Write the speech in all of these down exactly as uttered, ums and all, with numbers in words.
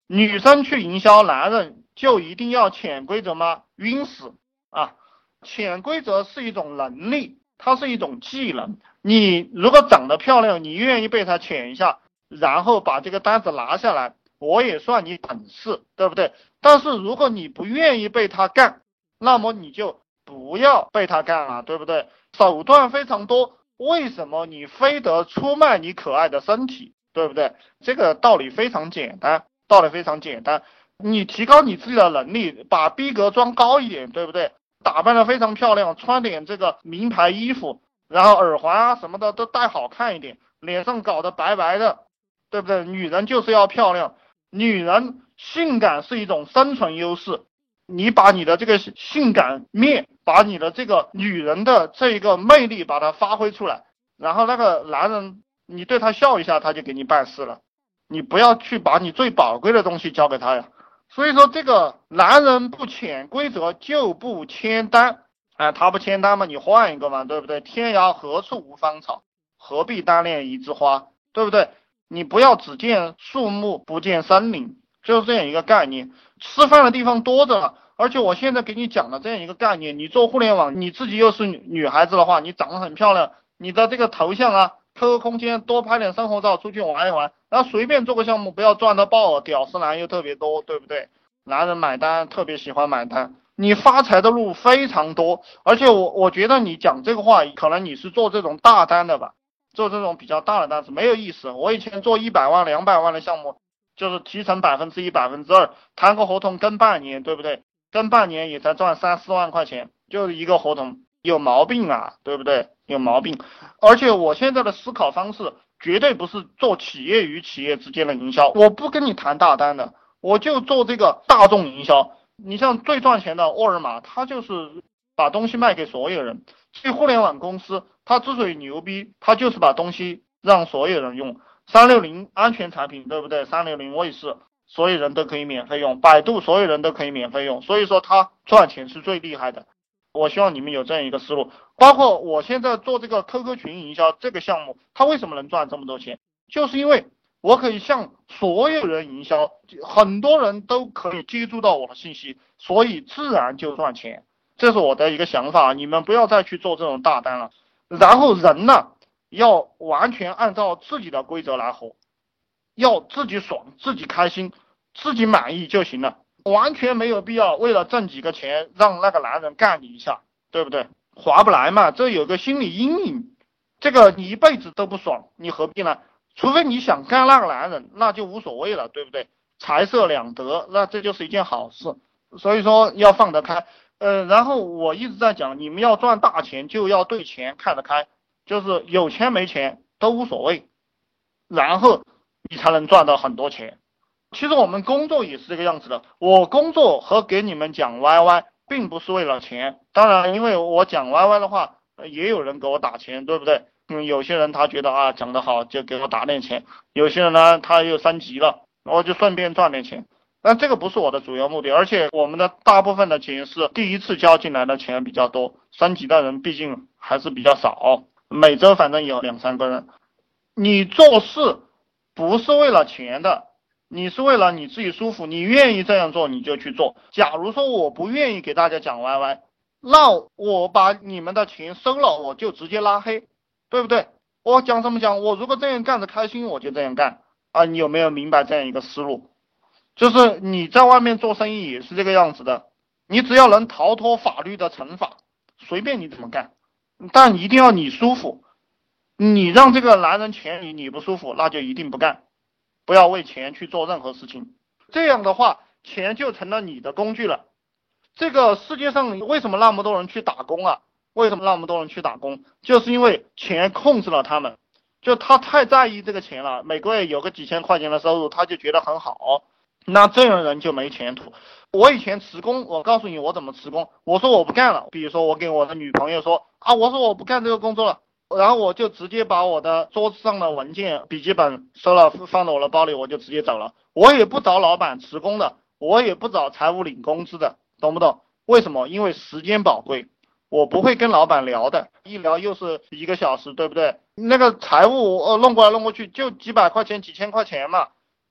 女生去营销男人就一定要潜规则吗？晕死啊！潜规则是一种能力，它是一种技能。你如果长得漂亮，你愿意被他潜一下，然后把这个单子拿下来，我也算你本事，对不对？但是如果你不愿意被他干，那么你就不要被他干了，对不对？手段非常多，为什么你非得出卖你可爱的身体，对不对？这个道理非常简单，道理非常简单。你提高你自己的能力，把逼格装高一点，对不对？打扮得非常漂亮，穿点这个名牌衣服，然后耳环啊什么的都戴好看一点，脸上搞得白白的，对不对？女人就是要漂亮，女人性感是一种生存优势。你把你的这个性感面，把你的这个女人的这一个魅力把它发挥出来，然后那个男人你对他笑一下，他就给你办事了。你不要去把你最宝贵的东西交给他呀。所以说这个男人不潜规则就不签单，哎，他不签单嘛，你换一个嘛，对不对？天涯何处无芳草，何必单恋一枝花，对不对？你不要只见树木不见森林，就是这样一个概念。吃饭的地方多着了，而且我现在给你讲的这样一个概念，你做互联网，你自己又是女孩子的话，你长得很漂亮，你的这个头像啊，Q Q 空间多拍点生活照，出去玩一玩，然后随便做个项目，不要赚到爆，屌丝男又特别多，对不对？男人买单，特别喜欢买单，你发财的路非常多。而且我我觉得你讲这个话，可能你是做这种大单的吧，做这种比较大的单子没有意思。我以前做一百万、两百万的项目，就是提成百分之一、百分之二，谈个合同跟半年，对不对？跟半年也才赚三四万块钱，就是一个合同，有毛病啊，对不对？有毛病。而且我现在的思考方式绝对不是做企业与企业之间的营销，我不跟你谈大单的，我就做这个大众营销。你像最赚钱的沃尔玛，它就是把东西卖给所有人。这互联网公司它之所以牛逼，它就是把东西让所有人用。三六零安全产品，对不对？三六零卫士所有人都可以免费用，百度所有人都可以免费用，所以说它赚钱是最厉害的。我希望你们有这样一个思路。包括我现在做这个 Q Q 群营销这个项目，它为什么能赚这么多钱？就是因为我可以向所有人营销，很多人都可以接触到我的信息，所以自然就赚钱。这是我的一个想法，你们不要再去做这种大单了。然后人呢，要完全按照自己的规则来活，要自己爽，自己开心，自己满意就行了，完全没有必要为了挣几个钱让那个男人干你一下，对不对？划不来嘛，这有个心理阴影，这个你一辈子都不爽，你何必呢？除非你想干那个男人，那就无所谓了，对不对？财色两得，那这就是一件好事。所以说要放得开。呃，然后我一直在讲，你们要赚大钱就要对钱看得开，就是有钱没钱都无所谓，然后你才能赚到很多钱。其实我们工作也是这个样子的，我工作和给你们讲 Y Y 并不是为了钱，当然因为我讲 Y Y 的话，也有人给我打钱，对不对？嗯，有些人他觉得啊讲得好就给我打点钱，有些人呢他又升级了，我就顺便赚点钱。但这个不是我的主要目的，而且我们的大部分的钱是第一次交进来的钱比较多，升级的人毕竟还是比较少，每周反正有两三个人。你做事不是为了钱的，你是为了你自己舒服，你愿意这样做你就去做。假如说我不愿意给大家讲 Y Y， 那我把你们的钱收了，我就直接拉黑，对不对？我讲什么讲，我如果这样干着开心，我就这样干啊！你有没有明白这样一个思路？就是你在外面做生意也是这个样子的，你只要能逃脱法律的惩罚，随便你怎么干，但一定要你舒服。你让这个男人钱你你不舒服，那就一定不干，不要为钱去做任何事情。这样的话，钱就成了你的工具了。这个世界上为什么那么多人去打工啊？为什么那么多人去打工？就是因为钱控制了他们，就他太在意这个钱了，每个月有个几千块钱的收入，他就觉得很好。那这样的人就没前途。我以前辞工，我告诉你我怎么辞工，我说我不干了，比如说我给我的女朋友说啊，我说我不干这个工作了，然后我就直接把我的桌子上的文件笔记本收了放到我的包里，我就直接走了，我也不找老板辞工的，我也不找财务领工资的，懂不懂？为什么？因为时间宝贵，我不会跟老板聊的，一聊又是一个小时，对不对？那个财务呃弄过来弄过去就几百块钱几千块钱嘛，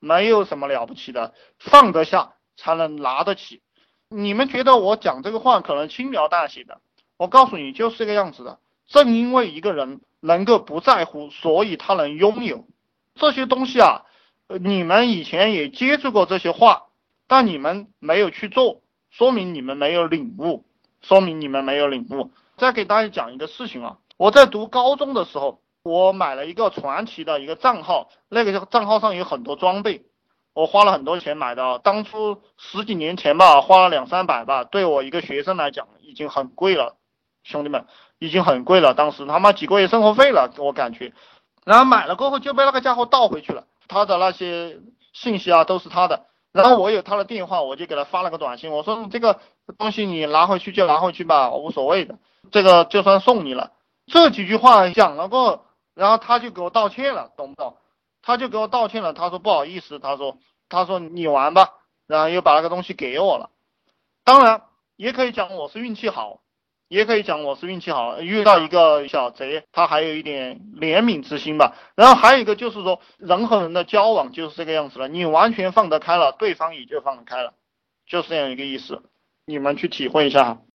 没有什么了不起的，放得下才能拿得起。你们觉得我讲这个话可能轻描淡写的，我告诉你就是这个样子的。正因为一个人能够不在乎，所以他能拥有这些东西啊。你们以前也接触过这些话，但你们没有去做，说明你们没有领悟，说明你们没有领悟。再给大家讲一个事情啊，我在读高中的时候，我买了一个传奇的一个账号，那个账号上有很多装备，我花了很多钱买的，当初十几年前吧，花了两三百吧，对我一个学生来讲已经很贵了，兄弟们，已经很贵了，当时他妈几个月生活费了，我感觉。然后买了过后就被那个家伙盗回去了，他的那些信息啊都是他的，然后我有他的电话，我就给他发了个短信，我说这个东西你拿回去就拿回去吧，我无所谓的，这个就算送你了。这几句话讲了过后，然后他就给我道歉了，懂不懂？他就给我道歉了，他说不好意思，他说他说你玩吧，然后又把那个东西给我了。当然也可以讲我是运气好，也可以讲我是运气好，遇到一个小贼，他还有一点怜悯之心吧。然后还有一个就是说，人和人的交往就是这个样子了，你完全放得开了，对方也就放得开了，就是这样一个意思，你们去体会一下。